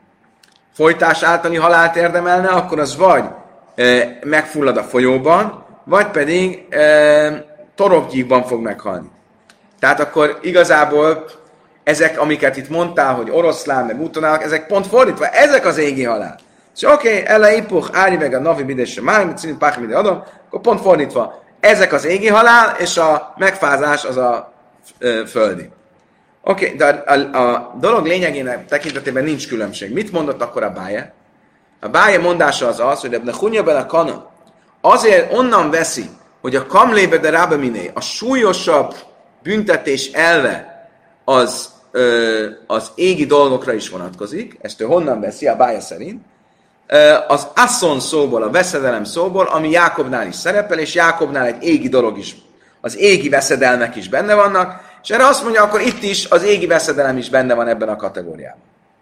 Speaker 1: folytás általi halált érdemelne, akkor az vagy ö, megfullad a folyóban, vagy pedig ö, torokgyíkban fog meghalni. Tehát akkor igazából ezek, amiket itt mondtál, hogy oroszlán, meg útonálak, ezek pont fordítva, ezek az égi halál. És oké, okay, ele ipuch, ári meg a navi bidesse máj, című páki ide adom, akkor pont fordítva, ezek az égi halál, és a megfázás az a ö, földi. Oké, okay, de a, a, a dolog lényegének tekintetében nincs különbség. Mit mondott akkor a Báje? A Báje mondása az az, hogy ebben a hunyabben a kana azért onnan veszi, hogy a kamlébe de rábeminé, a súlyosabb büntetés elve az, ö, az égi dolgokra is vonatkozik. Ezt ő honnan veszi, a Báje szerint? Ö, az asszon szóból, a veszedelem szóból, ami Jákobnál is szerepel, és Jákobnál egy égi dolog is, az égi veszedelmek is benne vannak, és erre azt mondja, akkor itt is az égi veszedelem is benne van ebben a kategóriában.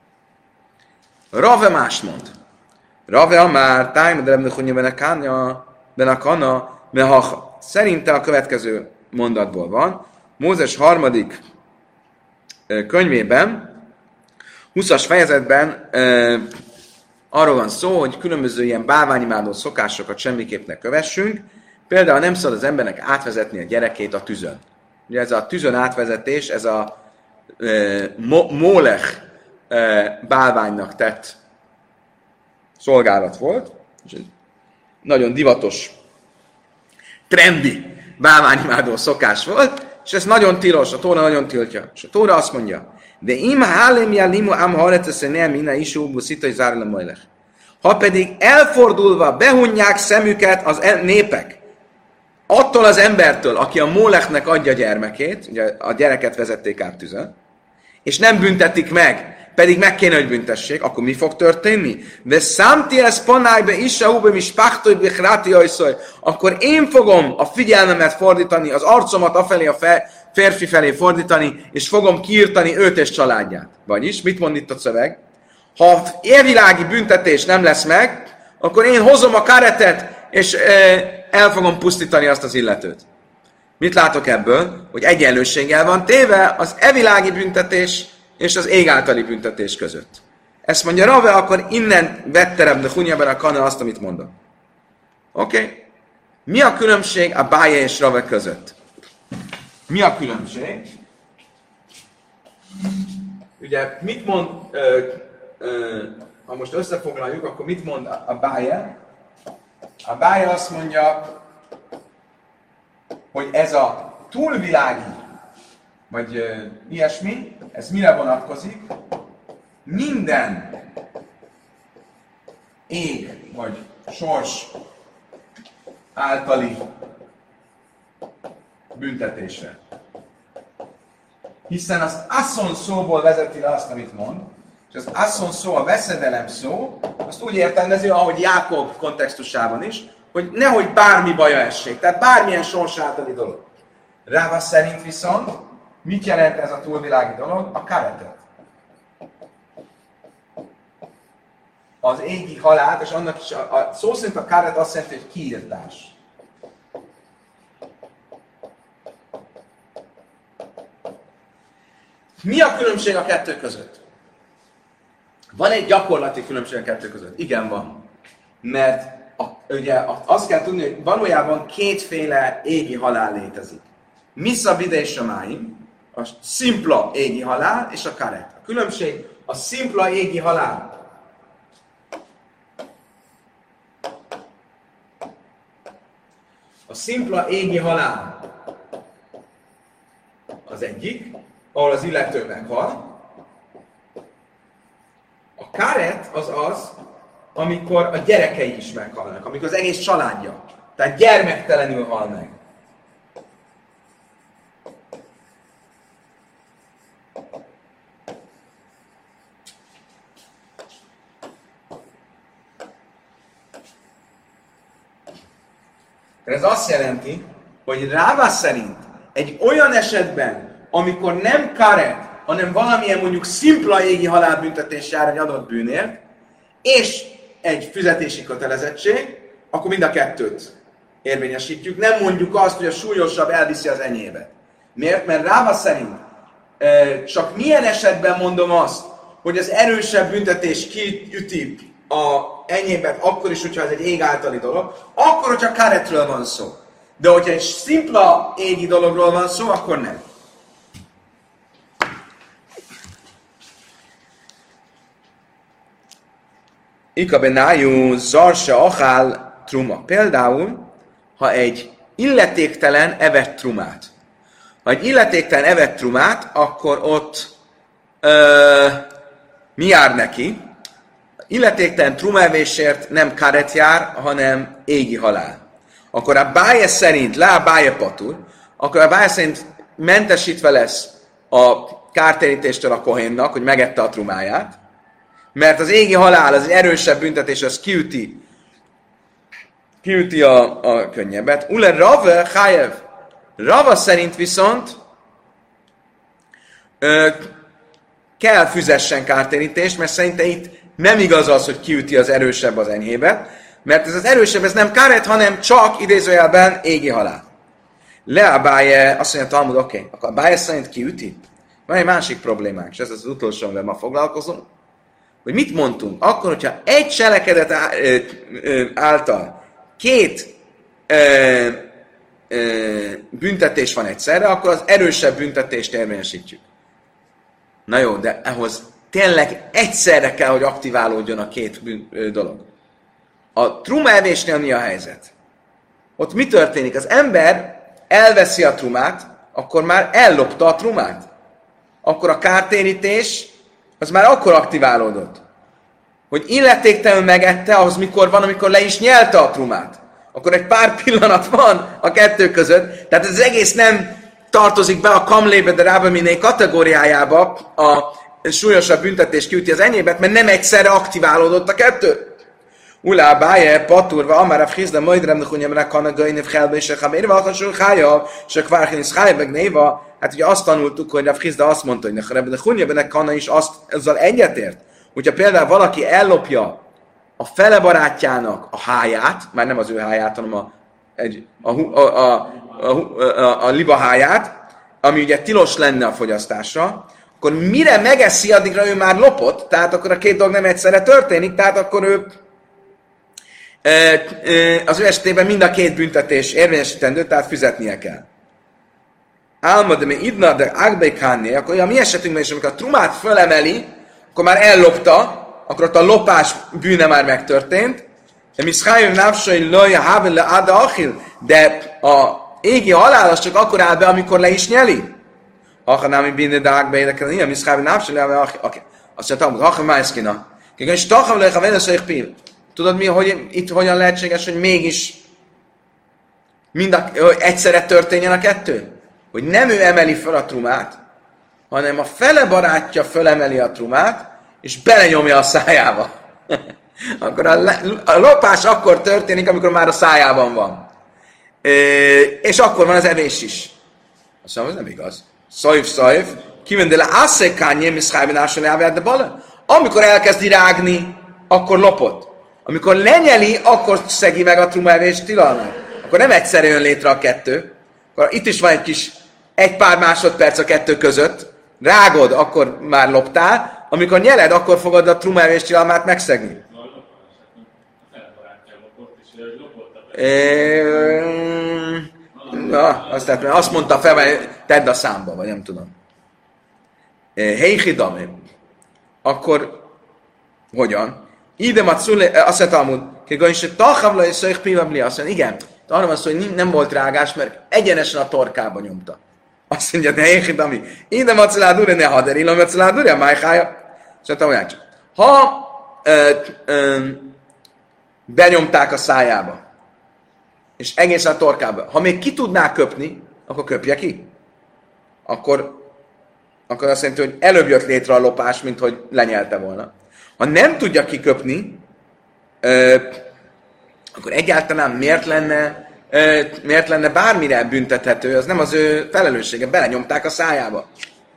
Speaker 1: Rave más mond. Rave amár, tájma de lebne hunya benne kanya, benne kana, mehaha. Szerinte a következő mondatból van. Mózes harmadik könyvében, huszas fejezetben e, arról van szó, hogy különböző ilyen bálványimádó szokásokat semmiképp ne kövessünk. Például nem szabad az embernek átvezetni a gyerekét a tűzön. Ugye ez a tűzön átvezetés, ez a e, mo- Mólech e, bálványnak tett szolgálat volt, és ez nagyon divatos, trendi bálványimádó szokás volt, és ez nagyon tilos, a Tóra nagyon tiltja. És a Tóra azt mondja, de im hálem jalimu am hareteszen nem inna isú buszita zárle Mólech. Ha pedig elfordulva behunják szemüket az népek, attól az embertől, aki a Mólechnek adja gyermekét, ugye a gyereket vezették át tüzön, és nem büntetik meg, pedig meg kéne, hogy büntessék, akkor mi fog történni? De számti ez panájbe isahúbe mi spáhtoj bihráti ajszaj, akkor én fogom a figyelmemet fordítani, az arcomat afelé a férfi felé fordítani, és fogom kiirtani őt és családját. Vagyis, mit mond itt a szöveg? Ha élvilági büntetés nem lesz meg, akkor én hozom a karetet, és e, el fogom pusztítani azt az illetőt. Mit látok ebből? Hogy egyenlőséggel van téve az evilági büntetés és az ég általi büntetés között. Ezt mondja Rave, akkor innen vetterebb de hunyabban a kana azt, amit mondom. Oké? Okay? Mi a különbség a Báje és Rave között? Mi a különbség? Ugye, mit mond, ö, ö, ha most összefoglaljuk, akkor mit mond a Báje? A Báje azt mondja, hogy ez a túlvilági, vagy ö, ilyesmi, ez mire vonatkozik? Minden ég, vagy sors általi büntetésre. hiszen az asszon szóból vezeti le azt, amit mond, és az asszon szó, a veszedelem szó, azt úgy értelmezi, ahogy Jákob kontextusában is, hogy nehogy bármi baja essék, tehát bármilyen sorsátali dolog. Ráva szerint viszont, mit jelent ez a túlvilági dolog? A karetet. Az égi halált, és annak is a, a szó szerint a karet azt jelenti, hogy kiirtás. Mi a különbség a kettő között? Van egy gyakorlati különbség a kettő között. Igen, van. Mert a, ugye azt kell tudni, hogy valójában kétféle égi halál létezik. Missa bide és a máim, a szimpla égi halál és a karet. A különbség a szimpla égi halál. A szimpla égi halál az egyik, ahol az illető meghal. A karet az az, amikor a gyerekei is meghalnak, amikor az egész családja, tehát gyermektelenül hal meg. Ez azt jelenti, hogy Ráva szerint egy olyan esetben, amikor nem karet, hanem valamilyen mondjuk szimpla égi halálbüntetés jár egy adott bűnért, és egy fizetési kötelezettség, akkor mind a kettőt érvényesítjük. Nem mondjuk azt, hogy a súlyosabb elviszi az enyébe. Miért? Mert Ráva szerint csak milyen esetben mondom azt, hogy az erősebb büntetés kiüti a enyébet, akkor is, hogyha ez egy ég általi dolog, akkor, hogyha karetről van szó. De hogyha egy szimpla égi dologról van szó, akkor nem. Ika benájú zarsa achál truma. Például, ha egy illetéktelen evett trumát. Ha egy illetéktelen evett trumát, akkor ott ö, mi jár neki? Illetéktelen trumevésért nem karet jár, hanem égi halál. Akkor a báje szerint, lá báje patur, akkor a báje szerint mentesítve lesz a kártérítéstől a kohénnak, hogy megette a trumáját, mert az égi halál, az erősebb büntetés, az kiüti, kiüti a, a könnyebbet. Ule Rava Chayev. Rava szerint viszont ö, kell füzessen kártérítést, mert szerinte itt nem igaz az, hogy kiüti az erősebb az enyhébet, mert ez az erősebb, ez nem karet, hanem csak idézőjelben égi halál. Leabáje, azt mondja Talmud, oké, okay, akkor a báje szerint kiüti? Van egy másik problémánk, és ez az utolsó, amivel ma foglalkozunk, hogy mit mondtunk? Akkor, hogyha egy cselekedet által két ö, ö, büntetés van egyszerre, akkor az erősebb büntetést érvényesítjük. Na jó, de ahhoz tényleg egyszerre kell, hogy aktiválódjon a két bűn, ö, dolog. A truma evésnél mi a helyzet? Ott mi történik? Az ember elveszi a trumát, akkor már ellopta a trumát. Akkor a kártérítés az már akkor aktiválódott. Hogy illetéktelenül megette, ahhoz mikor van, amikor le is nyelte a trumát. Akkor egy pár pillanat van a kettő között, tehát ez az egész nem tartozik be a kamlébe de rábaminé kategóriájába, a súlyosabb büntetés kiüti az enyébet, mert nem egyszerre aktiválódott a kettő. Ulá báje, paturva, amára frizda, majdrem, de hunyamra kanagainév helbe, és a hamérve, akassul hája, és a kvárhinis hája, meg néva. Hát ugye azt tanultuk, hogy a frizda azt mondta, hogy a hunyamra kana is azt, ezzel egyetért. Hogyha például valaki ellopja a fele barátjának a háját, már nem az ő háját, hanem a, egy, a, a, a, a, a, a liba háját, ami ugye tilos lenne a fogyasztásra, akkor mire megeszi, addigra ő már lopott, tehát akkor a két dolog nem egyszerre történik, tehát akkor ő az ő esetében mind a két büntetés érvényesítendő, tehát fizetnie kell. Álma, de mi idna, de ágbékánné, akkor a mi esetünkben is, amikor a trumát fölemeli, akkor már ellopta, akkor ott a lopás bűne már megtörtént, de mi szkájön návsai lője háven le áda achil, de a égi halál az csak akkor áll be, amikor le is nyeli. Ha nem bínne de ágbékánné, ilyen mi szkájön návsai lője achil. Oké, azt mondtam, hogy ha májszkina. Kikön stacham lője háven lesz pil. Tudod mi, hogy itt hogyan lehetséges, hogy mégis mind a, hogy egyszerre történjen a kettő? Hogy nem ő emeli fel a trumát, hanem a fele barátja fölemeli a trumát, és belenyomja a szájába. Akkor a, le, a lopás akkor történik, amikor már a szájában van. E, és akkor van az evés is. Azt mondom, ez nem igaz. Szajf, szajf, kivendele asszekányé, miszhájbenásra elved de bale. Amikor elkezdi rágni, akkor lopott. Amikor lenyeli, akkor szegi meg a trumaevés tilalmat. Akkor nem egyszerre jön létre a kettő. Akkor itt is van egy kis egy pár másodperc a kettő között. Rágod, akkor már loptál. Amikor nyeled, akkor fogod a trumaevés tilalmát megszegni. Na, azt, tehát, azt mondta fel, hogy tedd a számba, vagy nem tudom. Heichidame. Akkor hogyan? Ide matszule, azt mondta Talmud, hogy tahavla és szöjk pivabli, azt mondja, igen, arra van szó, hogy nem volt rágás, mert egyenesen a torkába nyomta. Azt mondja, ne Heichidame. Ide matszulá dure, ne hader, illa matszulá dure, májhája. Szóval olyan csak. Ha ö, ö, benyomták a szájába, és egészen a torkába, ha még ki tudná köpni, akkor köpje ki. Akkor, akkor azt jelenti, hogy előbb jött létre a lopás, mint hogy lenyelte volna. Ha nem tudja kiköpni, ö, akkor egyáltalán miért lenne, ö, miért lenne bármire büntethető, az nem az ő felelőssége, belenyomták a szájába.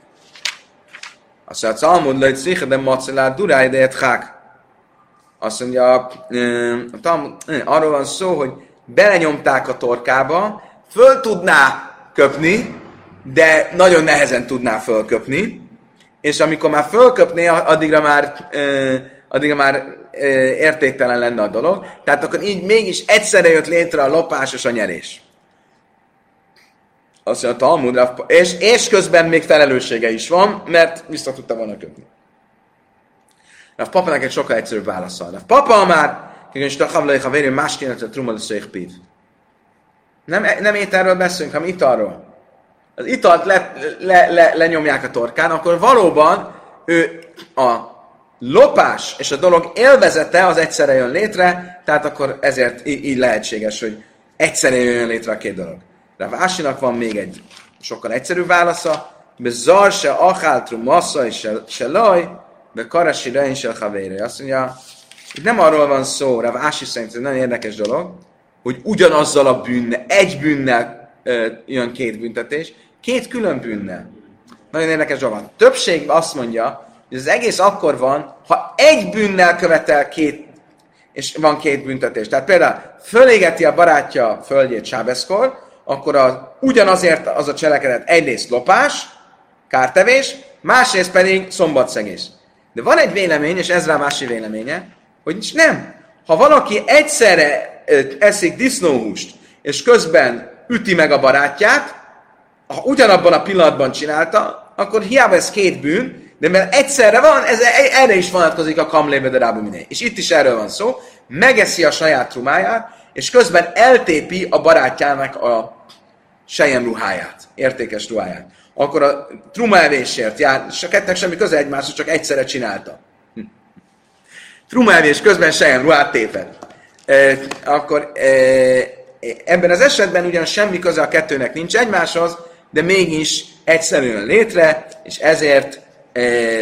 Speaker 1: Azt mondja, Talmud lejt széhe, de macelát duráj, de hák. Azt mondja, a Talmud, arról van szó, hogy belenyomták a torkába, föl tudná köpni, de nagyon nehezen tudná fölköpni, és amikor már fölköpné, addigra már, addigra már értéktelen lenne a dolog. Tehát akkor így mégis egyszerre jött létre a lopás és a nyerés. Azt mondja, a Talmudra, és, és közben még felelőssége is van, mert vissza tudta volna köpni. A papának egy sokkal egyszerűbb válaszol. A papa már, nem, nem ételről beszélünk, hanem italról. Az italt le, le, le, lenyomják a torkán, akkor valóban ő a lopás és a dolog élvezete az egyszerre jön létre, tehát akkor ezért így, így lehetséges, hogy egyszerre jön létre a két dolog. De Vásinak van még egy sokkal egyszerűbb válasza, be zar se acháltrum massza és se laj, be karasi rein se havére. Azt mondja, itt nem arról van szó, Rav Ási szerint ez nagyon érdekes dolog, hogy ugyanazzal a bűnnel, egy bűnnel ö, jön két büntetés, két külön bűnnel. Nagyon érdekes dolog van. Többség azt mondja, hogy az egész akkor van, ha egy bűnnel követel két, és van két büntetés. Tehát például fölégeti a barátja földjét sábeszkor, akkor a, ugyanazért az a cselekedet egyrészt lopás, kártevés, másrészt pedig szombatszegés. De van egy vélemény, és ez rá másik véleménye, hogy nem. Ha valaki egyszerre eszik disznóhúst, és közben üti meg a barátját, ha ugyanabban a pillanatban csinálta, akkor hiába ez két bűn, de mert egyszerre van, ez, erre is vonatkozik a kamlébe de rábu miné. És itt is erről van szó, megeszi a saját trumáját, és közben eltépi a barátjának a sejem ruháját, értékes ruháját. Akkor a trumaevésért jár, és a kettőnek semmi köze egymáshoz, csak egyszerre csinálta. Hm. Trumaevés közben sejem ruhát tépett. E, akkor e, ebben az esetben ugyan semmi köze a kettőnek nincs egymáshoz, de mégis egyszerűen létre, és ezért e,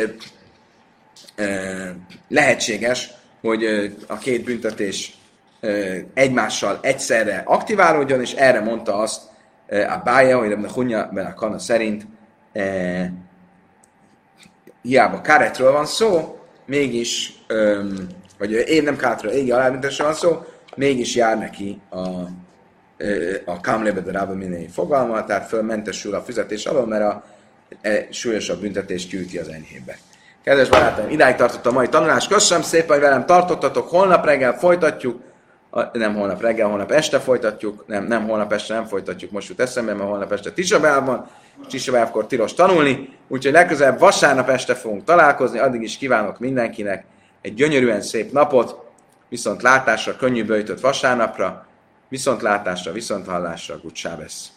Speaker 1: e, lehetséges, hogy a két büntetés e, egymással egyszerre aktiválódjon, és erre mondta azt a bája, hogy a Hunya ben a Kana szerint e, hiába káretről van szó, mégis, öm, vagy én nem káretről, égi halálbüntetésről van szó, mégis jár neki a, a kamlébe de rába minél fogalma, tehát fölmentesül a fizetés alól, mert a e, súlyosabb büntetést gyűjti az enyhébe. Kedves barátaim, idáig tartott a mai tanulás. Köszönöm szépen, hogy velem tartottatok. Holnap reggel folytatjuk. Nem holnap reggel, holnap este folytatjuk. Nem, nem holnap este nem folytatjuk, most jut eszembe, mert holnap este Tisha B'Av van. Tisha B'Avkor tilos tanulni. Úgyhogy legközelebb vasárnap este fogunk találkozni. Addig is kívánok mindenkinek egy gyönyörűen szép napot. Viszont látásra, könnyű böjtött vasárnapra. Viszont látásra, viszont hallásra, Gut Sábesz.